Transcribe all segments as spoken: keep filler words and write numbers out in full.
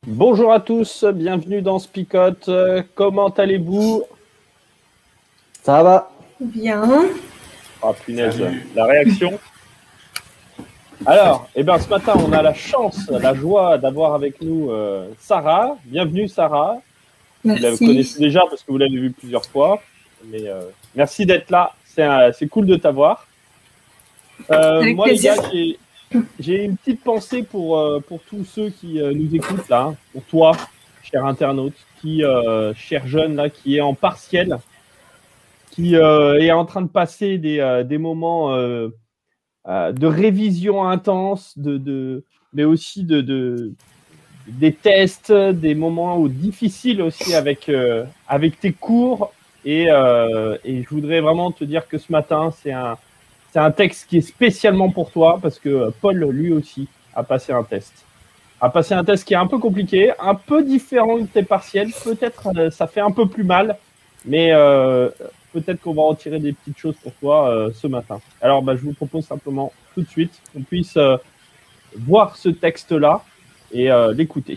Bonjour à tous, bienvenue dans Spicote. Euh, comment allez-vous? Ça va? Bien. Ah punaise, la réaction. Alors, eh ben, ce matin, on a la chance, la joie d'avoir avec nous euh, Sarah. Bienvenue Sarah. Merci. Vous la connaissez déjà parce que vous l'avez vue plusieurs fois. Mais euh, merci d'être là, c'est cool de t'avoir. Euh, moi plaisir. Les gars, j'ai... J'ai une petite pensée pour, euh, pour tous ceux qui euh, nous écoutent là, hein, pour toi, cher internaute, qui, euh, cher jeune là, qui est en partiel, qui euh, est en train de passer des, euh, des moments euh, euh, de révision intense, de, de, mais aussi de, de, des tests, des moments où, difficiles aussi avec, euh, avec tes cours. Et, euh, et je voudrais vraiment te dire que ce matin, c'est un... C'est un texte qui est spécialement pour toi parce que Paul, lui aussi, a passé un test. A passé un test qui est un peu compliqué, un peu différent de tes partiels. Peut-être euh, ça fait un peu plus mal, mais euh, peut-être qu'on va en tirer des petites choses pour toi euh, ce matin. Alors, bah, je vous propose simplement tout de suite qu'on puisse euh, voir ce texte-là et euh, l'écouter.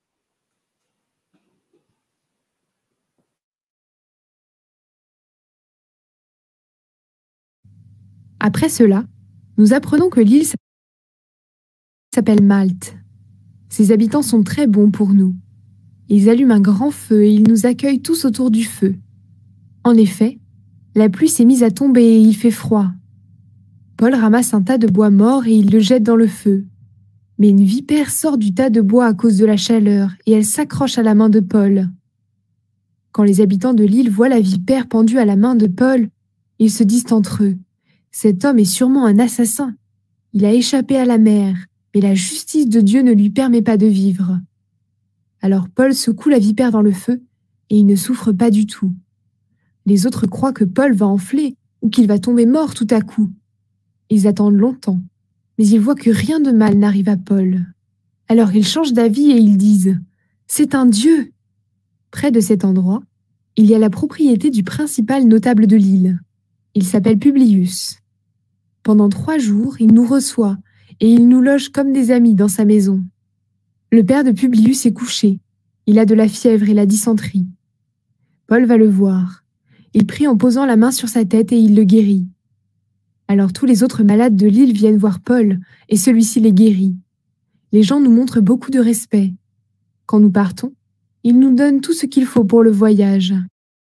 Après cela, nous apprenons que l'île s'appelle Malte. Ses habitants sont très bons pour nous. Ils allument un grand feu et ils nous accueillent tous autour du feu. En effet, la pluie s'est mise à tomber et il fait froid. Paul ramasse un tas de bois mort et il le jette dans le feu. Mais une vipère sort du tas de bois à cause de la chaleur et elle s'accroche à la main de Paul. Quand les habitants de l'île voient la vipère pendue à la main de Paul, ils se disent entre eux: cet homme est sûrement un assassin. Il a échappé à la mer, mais la justice de Dieu ne lui permet pas de vivre. Alors Paul secoue la vipère dans le feu, et il ne souffre pas du tout. Les autres croient que Paul va enfler, ou qu'il va tomber mort tout à coup. Ils attendent longtemps, mais ils voient que rien de mal n'arrive à Paul. Alors ils changent d'avis et ils disent: c'est un dieu. Près de cet endroit, il y a la propriété du principal notable de l'île. Il s'appelle Publius. Pendant trois jours, il nous reçoit et il nous loge comme des amis dans sa maison. Le père de Publius est couché. Il a de la fièvre et la dysenterie. Paul va le voir. Il prie en posant la main sur sa tête et il le guérit. Alors tous les autres malades de l'île viennent voir Paul et celui-ci les guérit. Les gens nous montrent beaucoup de respect. Quand nous partons, ils nous donnent tout ce qu'il faut pour le voyage.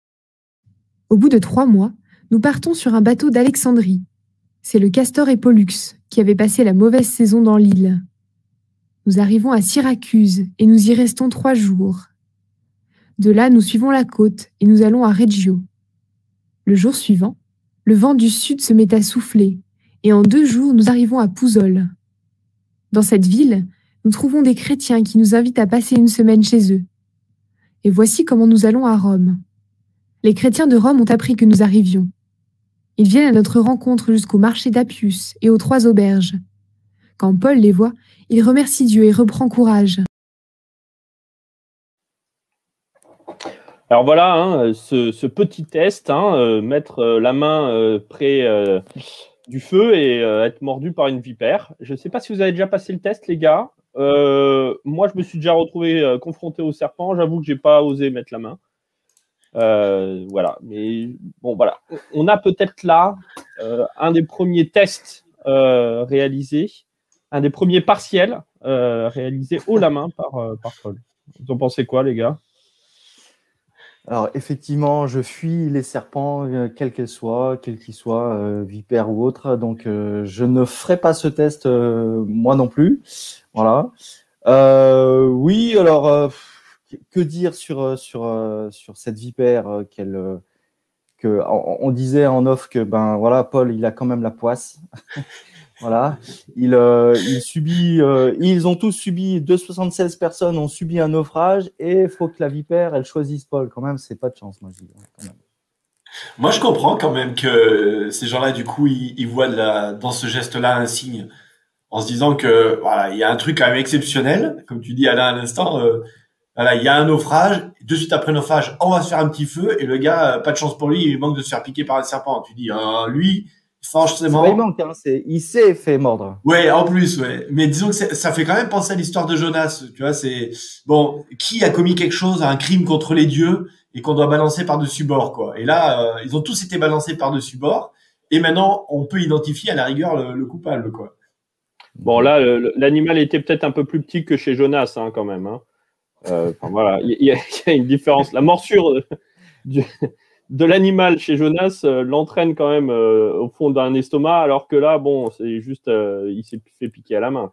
Au bout de trois mois, nous partons sur un bateau d'Alexandrie. C'est le Castor et Pollux qui avait passé la mauvaise saison dans l'île. Nous arrivons à Syracuse et nous y restons trois jours. De là, nous suivons la côte et nous allons à Reggio. Le jour suivant, le vent du sud se met à souffler et en deux jours, nous arrivons à Pouzole. Dans cette ville, nous trouvons des chrétiens qui nous invitent à passer une semaine chez eux. Et voici comment nous allons à Rome. Les chrétiens de Rome ont appris que nous arrivions. Ils viennent à notre rencontre jusqu'au marché d'Appius et aux trois auberges. Quand Paul les voit, il remercie Dieu et reprend courage. Alors voilà, hein, ce, ce petit test, hein, euh, mettre euh, la main euh, près euh, du feu et euh, être mordu par une vipère. Je ne sais pas si vous avez déjà passé le test, les gars. Euh, moi, je me suis déjà retrouvé euh, confronté au serpent. J'avoue que je n'ai pas osé mettre la main. Euh, voilà, mais bon, voilà. On a peut-être là euh, un des premiers tests euh, réalisés, un des premiers partiels euh, réalisés haut la main par, euh, par Paul. Vous en pensez quoi, les gars? Alors, effectivement, je fuis les serpents, euh, quels qu'ils soient, quels qu'ils soient, euh, vipères ou autres. Donc, euh, je ne ferai pas ce test, euh, moi non plus. Voilà. Euh, oui, alors, euh, que dire sur sur sur cette vipère euh, qu'elle euh, que on, on disait en off que ben voilà, Paul, il a quand même la poisse. Voilà, il, euh, il subit, euh, ils ont tous subi, deux cent soixante-seize personnes ont subi un naufrage et il faut que la vipère, elle choisisse Paul. Quand même, c'est pas de chance, moi je dis. Quand même. Moi, je comprends quand même que ces gens-là, du coup, ils, ils voient de la, dans ce geste-là un signe, en se disant que voilà, il y a un truc quand même exceptionnel, comme tu dis Alain à l'instant. Euh, voilà, il y a un naufrage. De suite après le naufrage, on va se faire un petit feu et le gars, pas de chance pour lui, il manque de se faire piquer par un serpent. Tu dis, euh, lui, forcément. C'est pas il manque, hein, c'est il s'est fait mordre. Ouais, en plus, ouais. Mais disons que ça fait quand même penser à l'histoire de Jonas. Tu vois, c'est bon, qui a commis quelque chose, un crime contre les dieux et qu'on doit balancer par-dessus bord, quoi. Et là, euh, ils ont tous été balancés par-dessus bord. Et maintenant, on peut identifier à la rigueur le, le coupable, quoi. Bon, là, l'animal était peut-être un peu plus petit que chez Jonas, hein, quand même. Hein. Euh, enfin, voilà, il y, y, a une différence. La morsure du, de l'animal chez Jonas euh, l'entraîne quand même euh, au fond d'un estomac, alors que là, bon, c'est juste, euh, il s'est fait piquer à la main.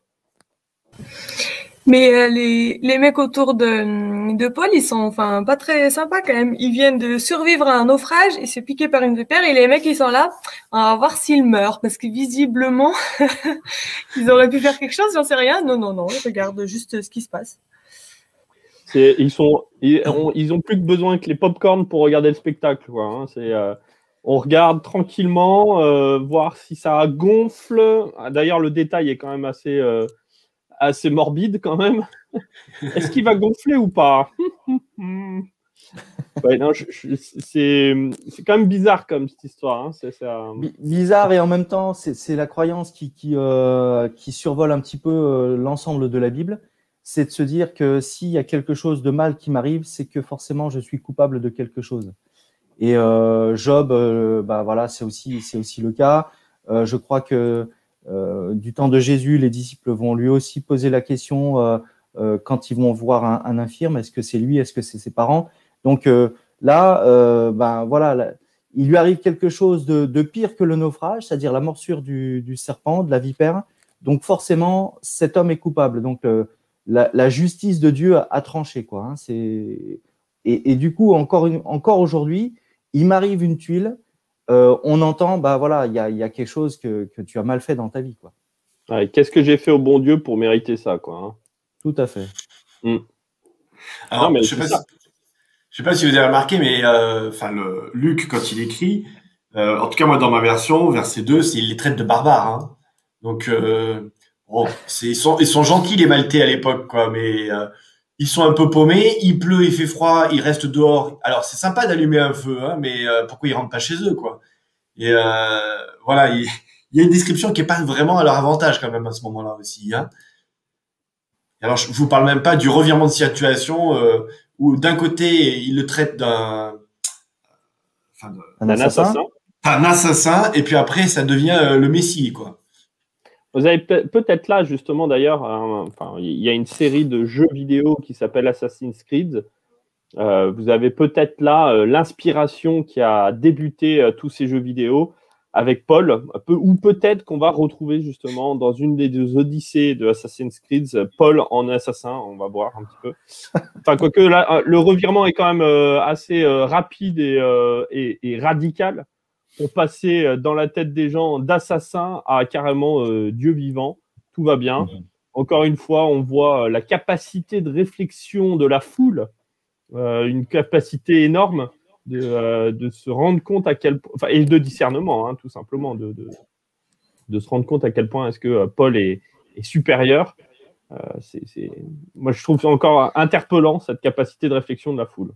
Mais euh, les, les mecs autour de, de Paul, ils sont enfin pas très sympas quand même. Ils viennent de survivre à un naufrage et se piquer par une vipère et les mecs ils sont là, on va voir s'ils meurent parce que visiblement ils auraient pu faire quelque chose, j'en sais rien. Non non non, ils regardent juste ce qui se passe. C'est, ils sont, ils ont, ils ont plus que besoin que les pop-corn pour regarder le spectacle, quoi. Hein. C'est, euh, on regarde tranquillement, euh, voir si ça gonfle. D'ailleurs, le détail est quand même assez, euh, assez morbide quand même. Est-ce qu'il va gonfler ou pas? Ouais, non, je, je, c'est, c'est quand même bizarre comme cette histoire. Hein. C'est, c'est, euh... Bizarre et en même temps, c'est, c'est la croyance qui, qui, euh, qui survole un petit peu euh, l'ensemble de la Bible. C'est de se dire que s'il y a quelque chose de mal qui m'arrive, c'est que forcément je suis coupable de quelque chose. Et euh, Job, euh, bah voilà, c'est aussi c'est aussi le cas. Euh, je crois que euh, du temps de Jésus, les disciples vont lui aussi poser la question euh, euh, quand ils vont voir un, un infirme, est-ce que c'est lui, est-ce que c'est ses parents? Donc euh, là, euh, ben voilà, là, il lui arrive quelque chose de, de pire que le naufrage, c'est-à-dire la morsure du, du serpent, de la vipère. Donc forcément, cet homme est coupable. Donc euh, La, la justice de Dieu a, a tranché, quoi. Hein, c'est et, et du coup encore une, encore aujourd'hui, il m'arrive une tuile, euh, on entend, bah voilà, il y a, y a quelque chose que, que tu as mal fait dans ta vie, quoi. Ouais, qu'est-ce que j'ai fait au bon Dieu pour mériter ça, quoi. Hein. Tout à fait. Mmh. Alors, non, je sais pas, si, je sais pas si vous avez remarqué, mais enfin euh, le Luc quand il écrit, euh, en tout cas moi dans ma version, verset deux, c'est il les traite de barbares. Hein. Donc euh, Bon, c'est, ils sont, ils sont gentils les Maltais à l'époque, quoi, mais euh, ils sont un peu paumés. Il pleut, il fait froid, ils restent dehors. Alors c'est sympa d'allumer un feu, hein, mais euh, pourquoi ils rentrent pas chez eux, quoi? Et euh, voilà, il, il y a une description qui est pas vraiment à leur avantage quand même à ce moment-là aussi. Hein. Alors je vous parle même pas du revirement de situation euh, où d'un côté ils le traitent d'un, enfin, de, un assassin, un assassin, et puis après ça devient euh, le Messie, quoi. Vous avez peut-être là, justement, d'ailleurs, un, enfin, il y a une série de jeux vidéo qui s'appelle Assassin's Creed. Euh, vous avez peut-être là euh, l'inspiration qui a débuté euh, tous ces jeux vidéo avec Paul, peu, ou peut-être qu'on va retrouver justement dans une des deux odyssées de Assassin's Creed, Paul en assassin, on va voir un petit peu. Enfin, quoique là, le revirement est quand même euh, assez euh, rapide et, euh, et, et radical. Pour passer dans la tête des gens d'assassin à carrément euh, Dieu vivant, tout va bien. Mmh. Encore une fois, on voit la capacité de réflexion de la foule, euh, une capacité énorme de, euh, de se rendre compte à quel point, enfin, et de discernement, hein, tout simplement, de, de, de se rendre compte à quel point est-ce que Paul est, est supérieur. Euh, c'est, c'est... Moi, je trouve encore interpellant cette capacité de réflexion de la foule.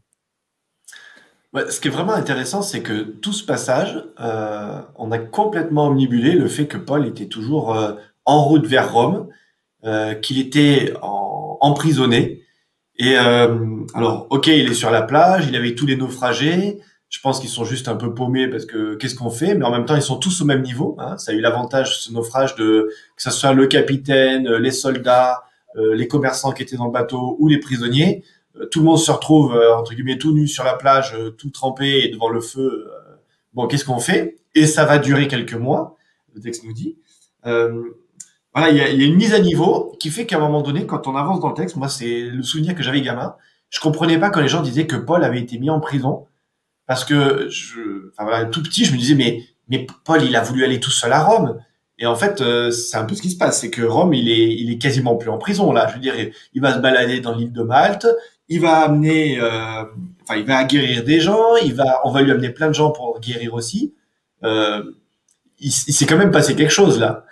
Ouais, ce qui est vraiment intéressant, c'est que tout ce passage, euh, on a complètement omnibulé le fait que Paul était toujours euh, en route vers Rome, euh, qu'il était en, emprisonné. Et euh, alors, ok, il est sur la plage, il est avec tous les naufragés. Je pense qu'ils sont juste un peu paumés parce que qu'est-ce qu'on fait? Mais en même temps, ils sont tous au même niveau. Hein. Ça a eu l'avantage, ce naufrage, de que ce soit le capitaine, les soldats, euh, les commerçants qui étaient dans le bateau ou les prisonniers. Tout le monde se retrouve, euh, entre guillemets, tout nu sur la plage, euh, tout trempé et devant le feu. Euh, bon, qu'est-ce qu'on fait? Et ça va durer quelques mois, le texte nous dit. Euh, voilà, il y a, y a une mise à niveau qui fait qu'à un moment donné, quand on avance dans le texte, moi, c'est le souvenir que j'avais gamin, je comprenais pas quand les gens disaient que Paul avait été mis en prison, parce que, je, enfin voilà, tout petit, je me disais, mais, mais Paul, il a voulu aller tout seul à Rome. Et en fait, euh, c'est un peu ce qui se passe, c'est que Rome, il est, il est quasiment plus en prison, là. Je veux dire, il va se balader dans l'île de Malte, il va amener, euh, enfin, il va guérir des gens, il va, on va lui amener plein de gens pour guérir aussi. Euh, il, il s'est quand même passé quelque chose là.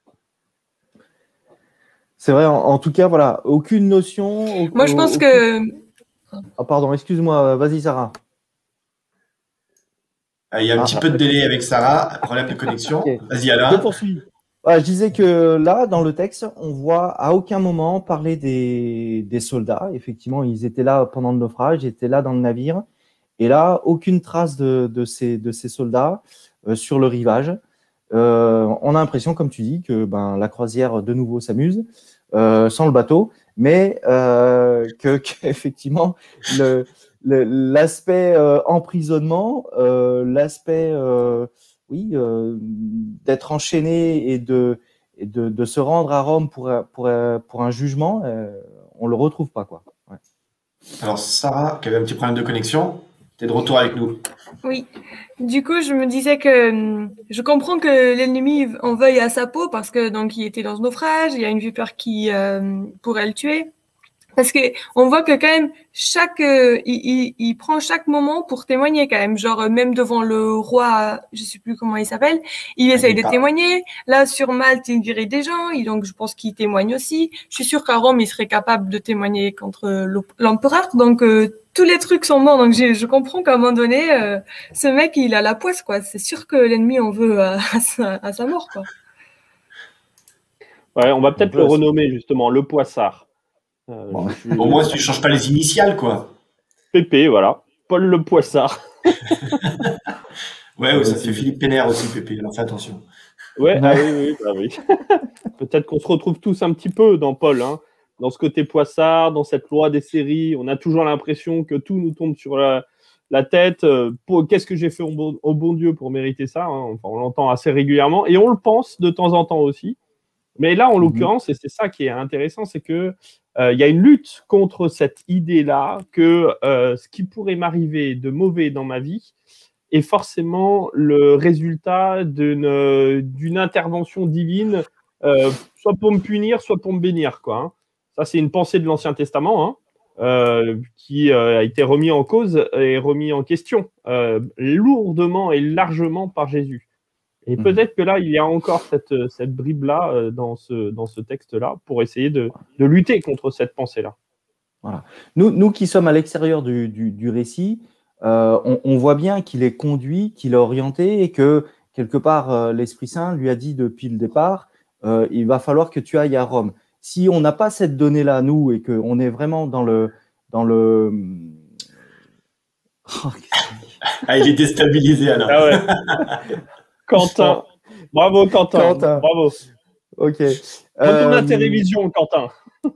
C'est vrai. En, en tout cas, voilà, aucune notion. Au, Moi, je pense aucune... que. Ah, pardon, excuse-moi. Vas-y, Sarah. Il y a un Ah, petit ah, peu de délai avec Sarah, problème de connexion. Ok. Vas-y, Alain. Je poursuis. Voilà, je disais que là, dans le texte, on voit à aucun moment parler des, des soldats. Effectivement, ils étaient là pendant le naufrage, ils étaient là dans le navire. Et là, aucune trace de, de, ces, de ces soldats euh, sur le rivage. Euh, on a l'impression, comme tu dis, que ben, la croisière de nouveau s'amuse euh, sans le bateau, mais euh, que qu'effectivement, le, le, l'aspect euh, emprisonnement, euh, l'aspect euh, oui, euh, d'être enchaîné et de, et de, de se rendre à Rome pour, pour, pour un jugement, euh, on le retrouve pas, quoi. Ouais. Alors, Sarah, qui avait un petit problème de connexion, tu es de retour avec nous. Oui. Du coup, je me disais que hum, je comprends que l'ennemi en veuille à sa peau parce que donc il était dans ce naufrage, il y a une vipère qui euh, pourrait le tuer. Parce que on voit que quand même chaque euh, il, il, il prend chaque moment pour témoigner quand même, genre euh, même devant le roi, je sais plus comment il s'appelle, il essaye de témoigner. Là sur Malte, il virait des gens, il, donc je pense qu'il témoigne aussi. Je suis sûre qu'à Rome, il serait capable de témoigner contre l'empereur. Donc euh, tous les trucs sont morts. Donc je, je comprends qu'à un moment donné, euh, ce mec il a la poisse quoi. C'est sûr que l'ennemi en veut à, à, sa, à sa mort quoi. Ouais, on va peut-être le renommer justement le Poissard. Euh, bon, suis... Au moins, si tu changes pas les initiales, quoi. Pépé, voilà. Paul le Poissard. ouais, ouais, ça fait Philippe Pénère aussi, Pépé. Alors fais attention. Ouais, ah oui, oui, bah oui. Peut-être qu'on se retrouve tous un petit peu dans Paul, hein, dans ce côté Poissard, dans cette loi des séries. On a toujours l'impression que tout nous tombe sur la, la tête. Euh, Qu'est-ce que j'ai fait au bon, au bon Dieu pour mériter ça, hein. Enfin, on l'entend assez régulièrement et on le pense de temps en temps aussi. Mais là, en l'occurrence, et c'est ça qui est intéressant, c'est que euh, y a une lutte contre cette idée-là que euh, ce qui pourrait m'arriver de mauvais dans ma vie est forcément le résultat d'une d'une intervention divine, euh, soit pour me punir, soit pour me bénir, quoi, hein. Ça, c'est une pensée de l'Ancien Testament, hein, euh, qui euh, a été remis en cause et remis en question euh, lourdement et largement par Jésus. Et mmh. peut-être que là, il y a encore cette, cette bribe-là euh, dans ce, dans ce texte-là pour essayer de, de lutter contre cette pensée-là. Voilà. Nous, nous qui sommes à l'extérieur du, du, du récit, euh, on, on voit bien qu'il est conduit, qu'il est orienté et que, quelque part, euh, l'Esprit Saint lui a dit depuis le départ, euh, il va falloir que tu ailles à Rome. Si on n'a pas cette donnée-là, nous, et qu'on est vraiment dans le... Dans le... Oh, ah, il est déstabilisé, alors. Ah ouais. Quentin. Bravo, Quentin. Quentin. Bravo. Ok. Retourne à tes révisions, Quentin.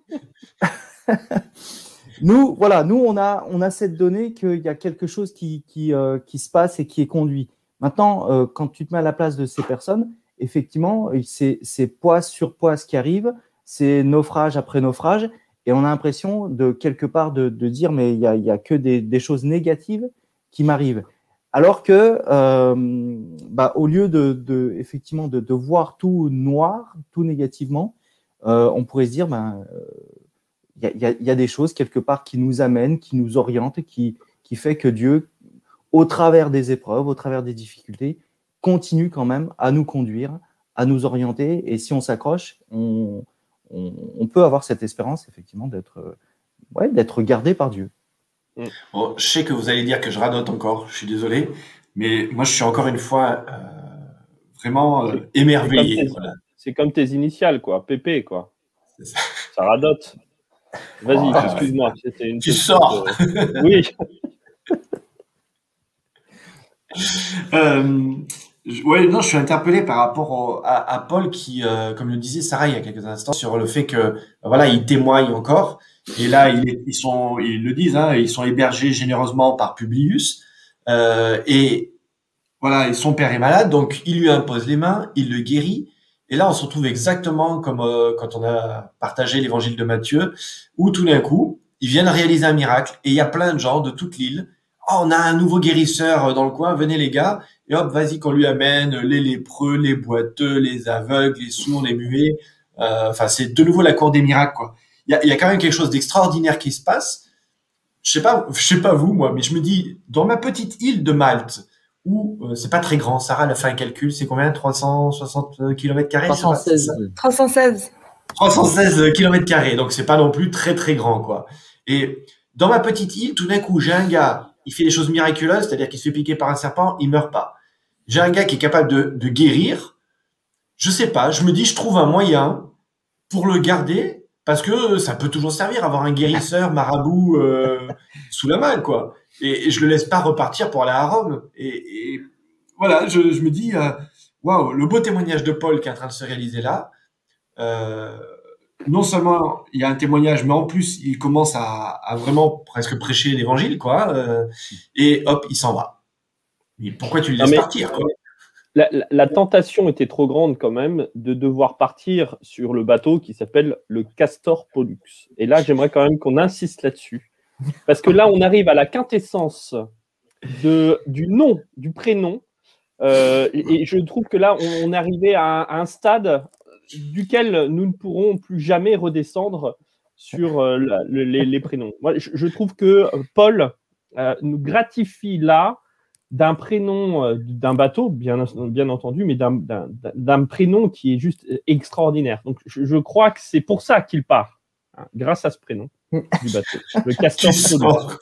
Nous, voilà, nous, on a, on a cette donnée qu'il y a quelque chose qui, qui, euh, qui se passe et qui est conduit. Maintenant, euh, quand tu te mets à la place de ces personnes, effectivement, c'est, c'est poisse sur poisse qui arrive, c'est naufrage après naufrage, et on a l'impression de quelque part de, de dire, mais il y a, il y a que des, des choses négatives qui m'arrivent. Alors que, euh, bah, au lieu de, de effectivement de, de voir tout noir, tout négativement, euh, on pourrait se dire, ben, il y a, y a des choses quelque part qui nous amènent, qui nous orientent, qui, qui fait que Dieu, au travers des épreuves, au travers des difficultés, continue quand même à nous conduire, à nous orienter. Et si on s'accroche, on, on, on peut avoir cette espérance effectivement d'être, ouais, d'être gardé par Dieu. Bon, je sais que vous allez dire que je radote encore, je suis désolé, mais moi je suis encore une fois euh, vraiment euh, émerveillé. C'est comme, voilà. C'est comme tes initiales, quoi, Pépé, quoi. Ça. ça radote. Vas-y, oh, excuse-moi. C'était une tu sors de... Oui. euh, je, ouais, non, je suis interpellé par rapport au, à, à Paul qui, euh, comme le disait Sarah il y a quelques instants, sur le fait que voilà, il témoigne encore. Et là, ils, ils sont, ils le disent, hein, ils sont hébergés généreusement par Publius. Euh, et voilà, et son père est malade, donc il lui impose les mains, il le guérit. Et là, on se retrouve exactement comme euh, quand on a partagé l'évangile de Matthieu, où tout d'un coup, ils viennent réaliser un miracle. Et il y a plein de gens de toute l'île. Oh, on a un nouveau guérisseur dans le coin, venez les gars. Et hop, vas-y qu'on lui amène les lépreux, les boiteux, les aveugles, les sourds, les muets. Euh, enfin, c'est de nouveau la cour des miracles, quoi. Il y a, il y a quand même quelque chose d'extraordinaire qui se passe. Je sais pas, je sais pas vous, moi, mais je me dis, dans ma petite île de Malte, où euh, c'est pas très grand, Sarah elle a fait un calcul, c'est combien? trois cent soixante kilomètres carrés? trois cent seize. trois cent seize. trois cent seize kilomètres carrés, donc c'est pas non plus très très grand, quoi. Et dans ma petite île, tout d'un coup, j'ai un gars il fait des choses miraculeuses, c'est-à-dire qu'il se fait piquer par un serpent, il meurt pas. J'ai un gars qui est capable de, de guérir. Je sais pas, je me dis, je trouve un moyen pour le garder, parce que ça peut toujours servir, avoir un guérisseur, marabout, euh, sous la main, quoi. Et, et je le laisse pas repartir pour aller à Rome. Et, et voilà, je, je me dis, waouh, wow, le beau témoignage de Paul qui est en train de se réaliser là. Euh, non seulement il y a un témoignage, mais en plus il commence à, à vraiment presque prêcher l'évangile, quoi. Euh, et hop, il s'en va. Mais pourquoi tu le laisses mais, partir, quoi? La, la, la tentation était trop grande quand même de devoir partir sur le bateau qui s'appelle le Castor Pollux. Et là, j'aimerais quand même qu'on insiste là-dessus. Parce que là, on arrive à la quintessence de, du nom, du prénom. Euh, et, et je trouve que là, on, on est arrivé à un, à un stade duquel nous ne pourrons plus jamais redescendre sur euh, la, le, les, les prénoms. Moi, je, je trouve que Paul euh, nous gratifie là d'un prénom, euh, d'un bateau, bien, bien entendu, mais d'un, d'un, d'un prénom qui est juste extraordinaire. Donc, je, je crois que c'est pour ça qu'il part, hein, grâce à ce prénom du bateau, le Castor Pollux.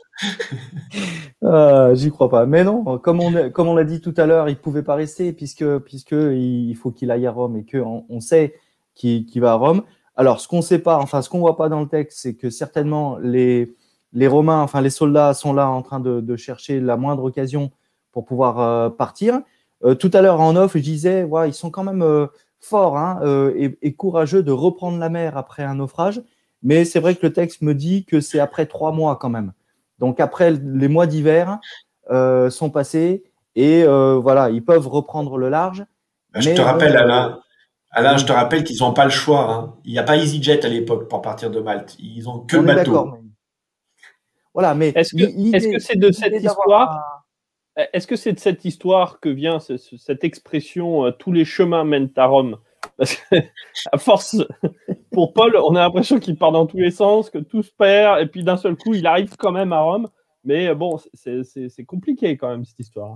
Euh, j'y crois pas. Mais non, comme on, comme on l'a dit tout à l'heure, il pouvait pas rester puisque, puisque il faut qu'il aille à Rome et qu'on on sait qu'il, qu'il va à Rome. Alors, ce qu'on sait pas, enfin, ce qu'on voit pas dans le texte, c'est que certainement les, les Romains, enfin, les soldats sont là en train de, de chercher la moindre occasion pour pouvoir euh, partir. Euh, tout à l'heure, en off, je disais, ouais, ils sont quand même euh, forts hein, euh, et, et courageux de reprendre la mer après un naufrage. Mais c'est vrai que le texte me dit que c'est après trois mois quand même. Donc après les mois d'hiver euh, sont passés et euh, voilà, ils peuvent reprendre le large. Je mais, te rappelle, euh, Alain, Alain, je te rappelle qu'ils n'ont pas le choix. Hein. Il n'y a pas EasyJet à l'époque pour partir de Malte. Ils ont que le bateau. Mais... Voilà, mais est-ce que, est-ce que c'est de cette histoire un... Est-ce que c'est de cette histoire que vient ce, ce, cette expression euh, tous les chemins mènent à Rome? Parce que, à force, pour Paul, on a l'impression qu'il part dans tous les sens, que tout se perd, et puis d'un seul coup, il arrive quand même à Rome. Mais bon, c'est, c'est, c'est compliqué quand même, cette histoire.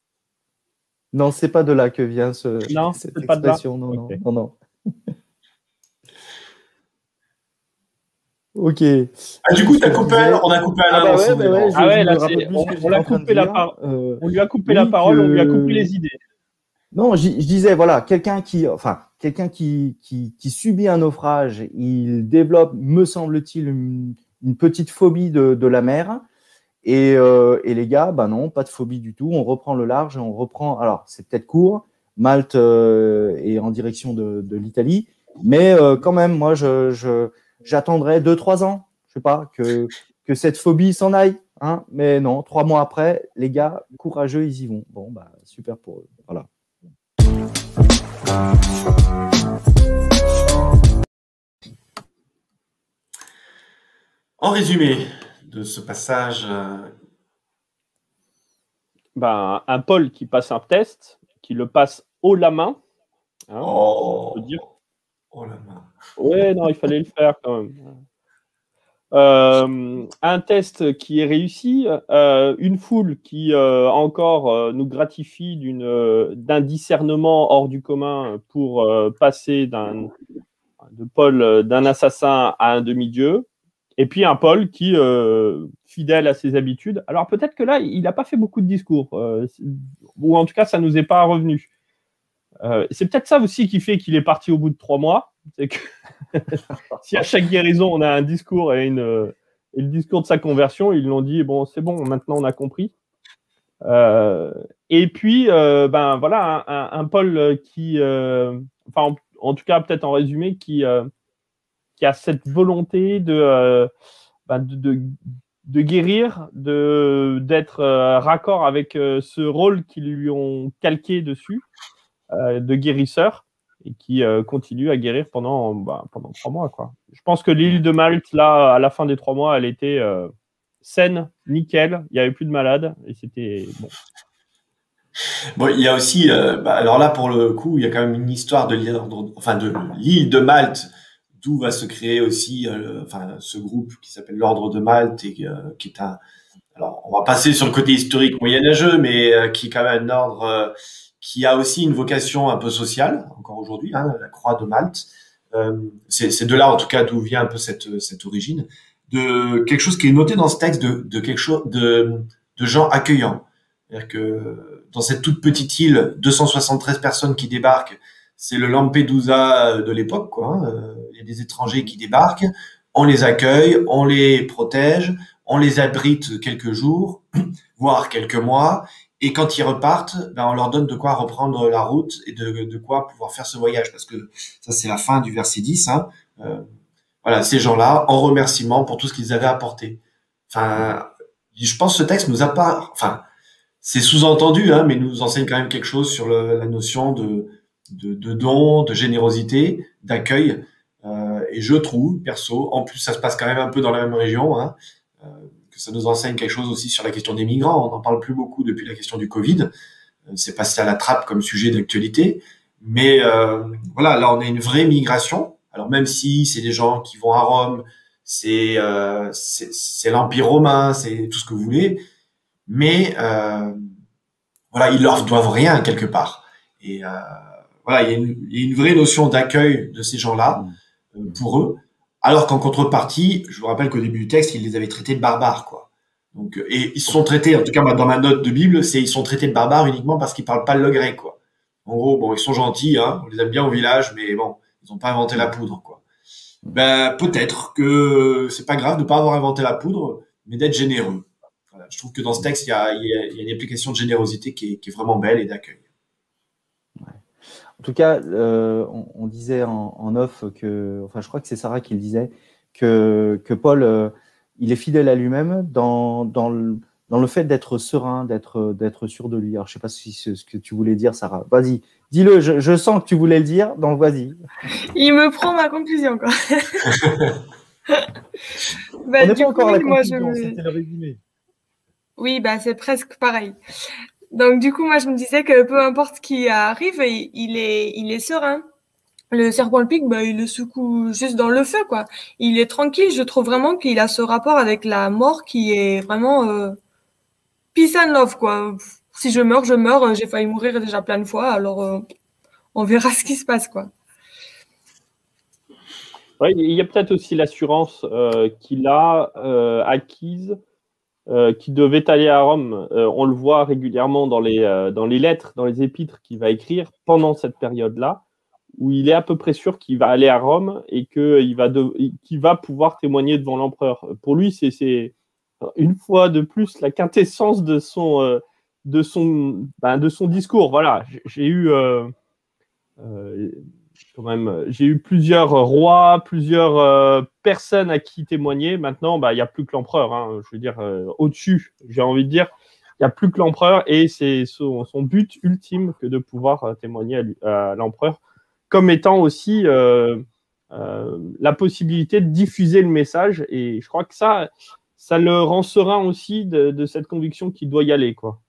Non, c'est pas de là que vient ce, non, cette c'est expression. Pas de là. Non, okay. non, non, non. Ok. Ah, du coup, t'as coupé, disais... on a coupé Alain. Ah, bah ouais, bah ouais, je, ah ouais, je là, on, on, l'a coupé la par... euh, on lui a coupé oui, la parole, que... on lui a coupé les idées. Non, je, je disais, voilà, quelqu'un qui, enfin, quelqu'un qui, qui, qui subit un naufrage, il développe, me semble-t-il, une, une petite phobie de, de la mer. Et, euh, et les gars, bah non, pas de phobie du tout. On reprend le large, on reprend. Alors, c'est peut-être court. Malte euh, est en direction de, de l'Italie, mais euh, quand même, moi, je, je, j'attendrai deux, trois ans. Je sais pas que que cette phobie s'en aille, hein. Mais non, trois mois après, les gars, courageux, ils y vont. Bon, bah super pour eux. Voilà. En résumé de ce passage, euh... ben, un Paul qui passe un test, qui le passe haut la main. Hein, oh, on peut dire. Oh la main. Ouais, non, il fallait le faire quand même. Euh, un test qui est réussi, euh, une foule qui euh, encore euh, nous gratifie d'une, euh, d'un discernement hors du commun pour euh, passer d'un, de Paul d'un assassin à un demi-dieu, et puis un Paul qui, euh, fidèle à ses habitudes, alors peut-être que là, il n'a pas fait beaucoup de discours, euh, ou en tout cas, ça ne nous est pas revenu. Euh, c'est peut-être ça aussi qui fait qu'il est parti au bout de trois mois. C'est que si à chaque guérison, on a un discours et, une, et le discours de sa conversion, ils l'ont dit, bon, c'est bon, maintenant on a compris. Euh, et puis, euh, ben voilà, un, un, un Paul qui, euh, enfin, en, en tout cas, peut-être en résumé, qui, euh, qui a cette volonté de, euh, ben de, de, de guérir, de, d'être euh, raccord avec euh, ce rôle qu'ils lui ont calqué dessus. De guérisseur et qui euh, continue à guérir pendant, bah, pendant trois mois. Quoi. Je pense que l'île de Malte, là, à la fin des trois mois, elle était euh, saine, nickel, il n'y avait plus de malades et c'était bon. Bon, il y a aussi, euh, bah, alors là, pour le coup, il y a quand même une histoire de l'île, enfin, de l'île de Malte, d'où va se créer aussi, euh, enfin, ce groupe qui s'appelle l'Ordre de Malte et euh, qui est un, alors, on va passer sur le côté historique moyenâgeux, mais euh, qui est quand même un ordre euh, qui a aussi une vocation un peu sociale, encore aujourd'hui, hein, la Croix de Malte. Euh, c'est, c'est de là, en tout cas, d'où vient un peu cette, cette origine, de quelque chose qui est noté dans ce texte, de, de quelque chose, de, de gens accueillants. C'est-à-dire que dans cette toute petite île, deux cent soixante-treize personnes qui débarquent, c'est le Lampedusa de l'époque, quoi. Hein. Il y a des étrangers qui débarquent, on les accueille, on les protège, on les abrite quelques jours, voire quelques mois, et quand ils repartent, ben on leur donne de quoi reprendre la route et de, de quoi pouvoir faire ce voyage, parce que ça c'est la fin du verset dix. Hein. Euh, voilà, ces gens-là, en remerciement pour tout ce qu'ils avaient apporté. Enfin, je pense que ce texte nous a pas, enfin, c'est sous-entendu, hein, mais nous enseigne quand même quelque chose sur le, la notion de, de, de don, de générosité, d'accueil. Euh, et je trouve, perso, en plus ça se passe quand même un peu dans la même région, hein, euh, que ça nous enseigne quelque chose aussi sur la question des migrants. On n'en parle plus beaucoup depuis la question du Covid. Euh, c'est passé à la trappe comme sujet d'actualité. Mais euh, voilà, là on a une vraie migration. Alors même si c'est des gens qui vont à Rome, c'est euh, c'est, c'est l'Empire romain, c'est tout ce que vous voulez, mais euh, voilà, ils leur doivent rien quelque part. Et euh, voilà, il y, a une, il y a une vraie notion d'accueil de ces gens-là euh, pour eux, alors qu'en contrepartie, je vous rappelle qu'au début du texte, ils les avaient traités de barbares, quoi. Donc, et ils sont traités, en tout cas dans ma note de Bible, c'est ils sont traités de barbares uniquement parce qu'ils parlent pas le grec, quoi. En gros, bon, ils sont gentils, hein, on les aime bien au village, mais bon, ils ont pas inventé la poudre, quoi. Ben peut-être que c'est pas grave de pas avoir inventé la poudre, mais d'être généreux. Voilà, je trouve que dans ce texte, il y a, il y a, il y a une application de générosité qui est, qui est vraiment belle et d'accueil. Ouais. En tout cas, euh, on, on disait en, en off que, enfin, je crois que c'est Sarah qui le disait, que, que Paul, euh, il est fidèle à lui-même dans, dans, le, dans le fait d'être serein, d'être, d'être sûr de lui. Alors, je sais pas si c'est ce que tu voulais dire, Sarah. Vas-y, dis-le. Je, je sens que tu voulais le dire, donc vas-y. Il me prend ma conclusion, quoi. Bah, on n'est pas encore à la conclusion, me... c'était le résumé. Oui, bah, c'est presque pareil. Donc, du coup, moi, je me disais que peu importe ce qui arrive, il est, il est serein. Le serpent le pique, bah, il le secoue juste dans le feu, quoi. Il est tranquille. Je trouve vraiment qu'il a ce rapport avec la mort qui est vraiment euh, peace and love, quoi. Si je meurs, je meurs. J'ai failli mourir déjà plein de fois, alors euh, on verra ce qui se passe, quoi. Ouais, il y a peut-être aussi l'assurance euh, qu'il a euh, acquise. Euh, qui devait aller à Rome. Euh, on le voit régulièrement dans les, euh, dans les lettres, dans les épîtres qu'il va écrire pendant cette période-là, où il est à peu près sûr qu'il va aller à Rome et qu'il va, de, qu'il va pouvoir témoigner devant l'empereur. Pour lui, c'est, c'est une fois de plus la quintessence de son, euh, de son, ben, de son discours. Voilà, j'ai eu... Euh, euh, Quand même, j'ai eu plusieurs rois, plusieurs euh, personnes à qui témoigner. Maintenant, bah, il n'y a plus que l'empereur. Hein. Je veux dire, euh, au-dessus, j'ai envie de dire, il n'y a plus que l'empereur et c'est son, son but ultime que de pouvoir euh, témoigner à, lui, à l'empereur, comme étant aussi euh, euh, la possibilité de diffuser le message. Et je crois que ça, ça le rend serein aussi de, de cette conviction qu'il doit y aller, quoi.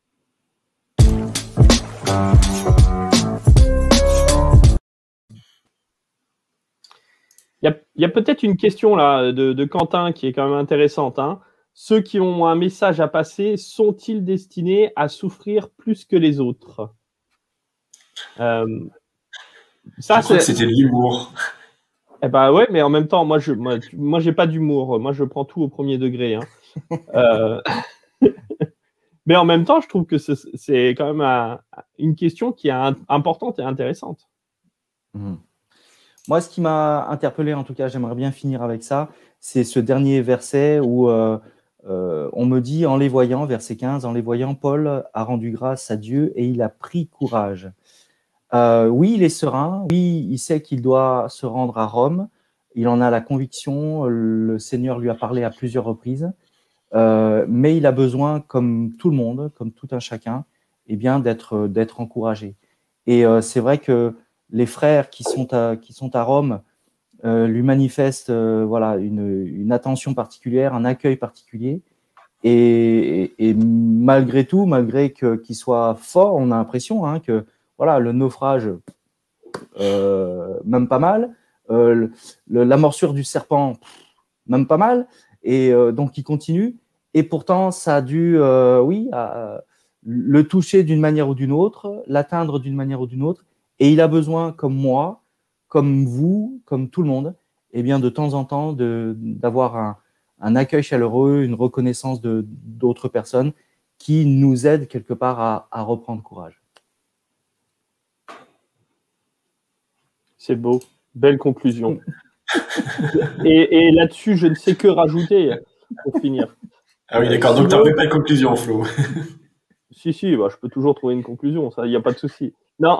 Il y a, a peut-être une question là de, de Quentin qui est quand même intéressante. Hein. Ceux qui ont un message à passer sont-ils destinés à souffrir plus que les autres? euh, ça, Je crois que c'était de l'humour. Eh ben ouais, mais en même temps, moi, je, moi, moi, j'ai pas d'humour. Moi, je prends tout au premier degré. Hein. euh... mais en même temps, je trouve que c'est, c'est quand même un, une question qui est un, importante et intéressante. Mmh. Moi, ce qui m'a interpellé, en tout cas, j'aimerais bien finir avec ça, c'est ce dernier verset où euh, euh, on me dit, en les voyant, verset quinze, en les voyant, Paul a rendu grâce à Dieu et il a pris courage. Euh, oui, il est serein, oui, il sait qu'il doit se rendre à Rome, il en a la conviction, le Seigneur lui a parlé à plusieurs reprises, euh, mais il a besoin, comme tout le monde, comme tout un chacun, eh bien, d'être, d'être encouragé. Et euh, c'est vrai que les frères qui sont à, qui sont à Rome euh, lui manifestent euh, voilà, une, une attention particulière, un accueil particulier. Et, et, et malgré tout, malgré que, qu'il soit fort, on a l'impression hein, que voilà, le naufrage, euh, même pas mal. Euh, le, la morsure du serpent, même pas mal. Et euh, donc, il continue. Et pourtant, ça a dû, euh, oui, à, le toucher d'une manière ou d'une autre, l'atteindre d'une manière ou d'une autre. Et il a besoin, comme moi, comme vous, comme tout le monde, eh bien, de temps en temps, de, d'avoir un, un accueil chaleureux, une reconnaissance de d'autres personnes qui nous aident quelque part à, à reprendre courage. C'est beau, belle conclusion. et et là-dessus, je ne sais que rajouter pour finir. Ah oui, d'accord, donc tu n'as pas de conclusion, Flo. Si, si, bah, je peux toujours trouver une conclusion, ça, il n'y a pas de souci. Non,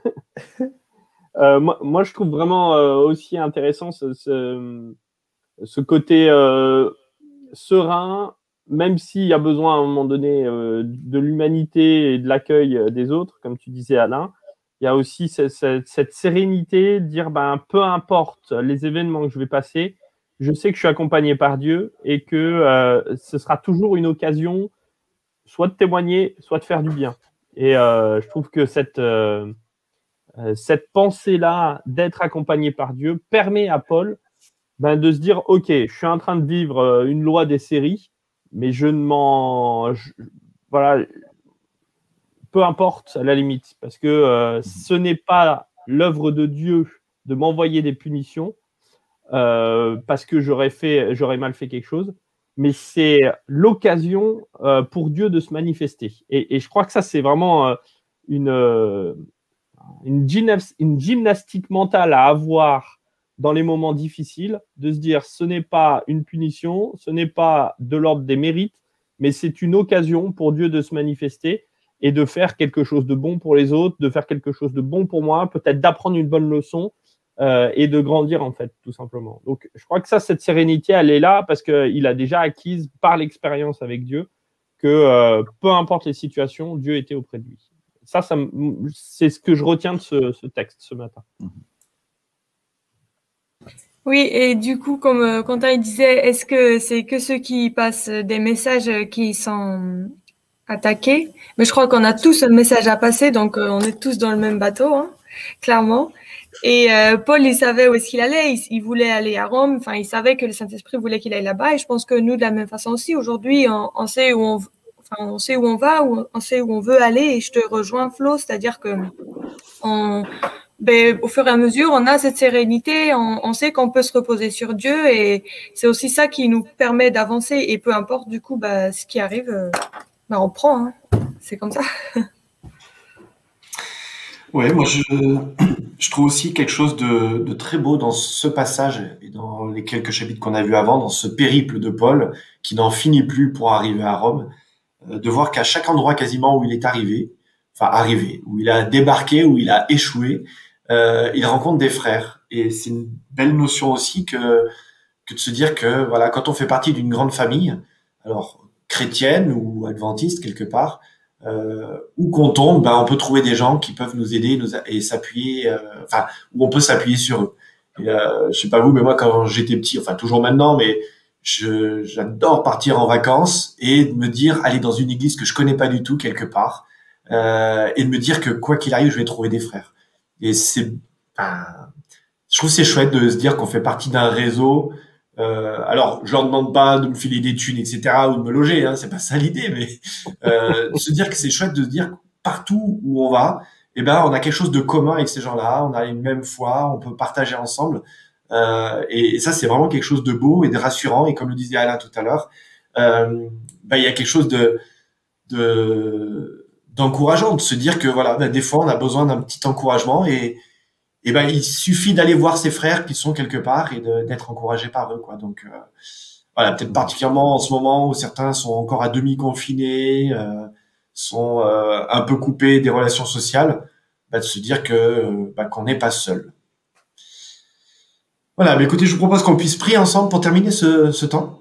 euh, moi, moi, je trouve vraiment euh, aussi intéressant ce, ce, ce côté euh, serein, même s'il y a besoin à un moment donné euh, de l'humanité et de l'accueil des autres, comme tu disais, Alain. Il y a aussi cette, cette, cette sérénité, de dire ben, peu importe les événements que je vais passer, je sais que je suis accompagné par Dieu et que euh, ce sera toujours une occasion soit de témoigner, soit de faire du bien. Et euh, je trouve que cette, euh, cette pensée-là d'être accompagné par Dieu permet à Paul ben, de se dire, OK, je suis en train de vivre une loi des séries, mais je ne m'en... je- Voilà, peu importe à la limite, parce que euh, ce n'est pas l'œuvre de Dieu de m'envoyer des punitions euh, parce que j'aurais fait, j'aurais mal fait quelque chose, mais c'est l'occasion euh, pour Dieu de se manifester. Et, et je crois que ça, c'est vraiment euh, une, euh, une, gymnas- une gymnastique mentale à avoir dans les moments difficiles, de se dire ce n'est pas une punition, ce n'est pas de l'ordre des mérites, mais c'est une occasion pour Dieu de se manifester et de faire quelque chose de bon pour les autres, de faire quelque chose de bon pour moi, peut-être d'apprendre une bonne leçon euh, et de grandir, en fait, tout simplement. Donc, je crois que ça, cette sérénité, elle est là parce qu'il a déjà acquise par l'expérience avec Dieu que euh, peu importe les situations, Dieu était auprès de lui. Ça, ça c'est ce que je retiens de ce, ce texte ce matin. Oui, et du coup, comme euh, Quentin il disait, est-ce que c'est que ceux qui passent des messages qui sont attaqués? Mais je crois qu'on a tous un message à passer, donc euh, on est tous dans le même bateau, hein, clairement. Et euh, Paul, il savait où est-ce qu'il allait. Il, il voulait aller à Rome. Enfin, il savait que le Saint-Esprit voulait qu'il aille là-bas. Et je pense que nous, de la même façon aussi, aujourd'hui, on, on sait où on, enfin, on sait où on va, où on sait où on veut aller. Et je te rejoins, Flo, c'est-à-dire que on ben, au fur et à mesure, on a cette sérénité, on, on sait qu'on peut se reposer sur Dieu et c'est aussi ça qui nous permet d'avancer. Et peu importe du coup bah, ce qui arrive, euh, bah, on prend. Hein. C'est comme ça. Ouais, moi je, je trouve aussi quelque chose de, de très beau dans ce passage et dans les quelques chapitres qu'on a vus avant, dans ce périple de Paul qui n'en finit plus pour arriver à Rome, euh, de voir qu'à chaque endroit quasiment où il est arrivé, enfin arrivé, où il a débarqué, où il a échoué, euh, il rencontre des frères. Et c'est une belle notion aussi que, que de se dire que voilà, quand on fait partie d'une grande famille, alors chrétienne ou adventiste quelque part, euh, où qu'on tombe, ben on peut trouver des gens qui peuvent nous aider nous, et s'appuyer, euh, enfin où on peut s'appuyer sur eux. Et, euh, je sais pas vous, mais moi quand j'étais petit, enfin toujours maintenant, mais je j'adore partir en vacances et de me dire aller dans une église que je connais pas du tout quelque part euh, et de me dire que quoi qu'il arrive, je vais trouver des frères. Et c'est, ben, je trouve que c'est chouette de se dire qu'on fait partie d'un réseau. Euh, alors, je leur demande pas de me filer des thunes, et cetera, ou de me loger, hein, c'est pas ça l'idée, mais euh, de se dire que c'est chouette de se dire que partout où on va, eh ben, on a quelque chose de commun avec ces gens-là, on a une même foi, on peut partager ensemble, euh, et, et ça, c'est vraiment quelque chose de beau et de rassurant. Et comme le disait Alain tout à l'heure, euh, ben, il y a quelque chose de, de d'encourageant, de se dire que voilà, ben, des fois, on a besoin d'un petit encouragement et et ben il suffit d'aller voir ses frères qui sont quelque part et de, d'être encouragé par eux, quoi. Donc euh, voilà, peut-être particulièrement en ce moment où certains sont encore à demi confinés, euh, sont euh, un peu coupés des relations sociales, bah, de se dire que bah, qu'on n'est pas seul. Voilà, mais écoutez, je vous propose qu'on puisse prier ensemble pour terminer ce, ce temps.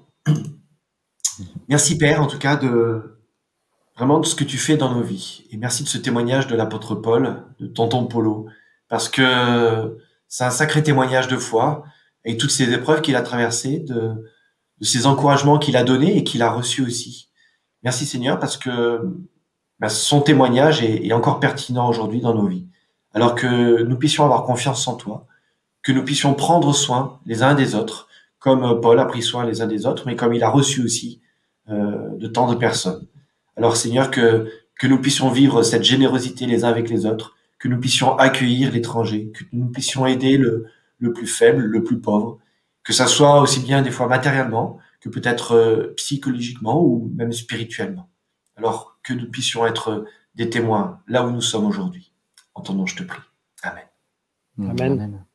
Merci Père, en tout cas, de vraiment de ce que tu fais dans nos vies, et merci de ce témoignage de l'apôtre Paul, de tonton Polo, parce que c'est un sacré témoignage de foi, avec toutes ces épreuves qu'il a traversées, de, de ces encouragements qu'il a donnés et qu'il a reçus aussi. Merci Seigneur, parce que ben, son témoignage est, est encore pertinent aujourd'hui dans nos vies. Alors que nous puissions avoir confiance en toi, que nous puissions prendre soin les uns des autres, comme Paul a pris soin les uns des autres, mais comme il a reçu aussi euh, de tant de personnes. Alors Seigneur, que, que nous puissions vivre cette générosité les uns avec les autres, que nous puissions accueillir l'étranger, que nous puissions aider le, le plus faible, le plus pauvre, que ça soit aussi bien des fois matériellement, que peut-être euh, psychologiquement ou même spirituellement. Alors que nous puissions être des témoins là où nous sommes aujourd'hui. Entendons, je te prie. Amen. Amen. Amen.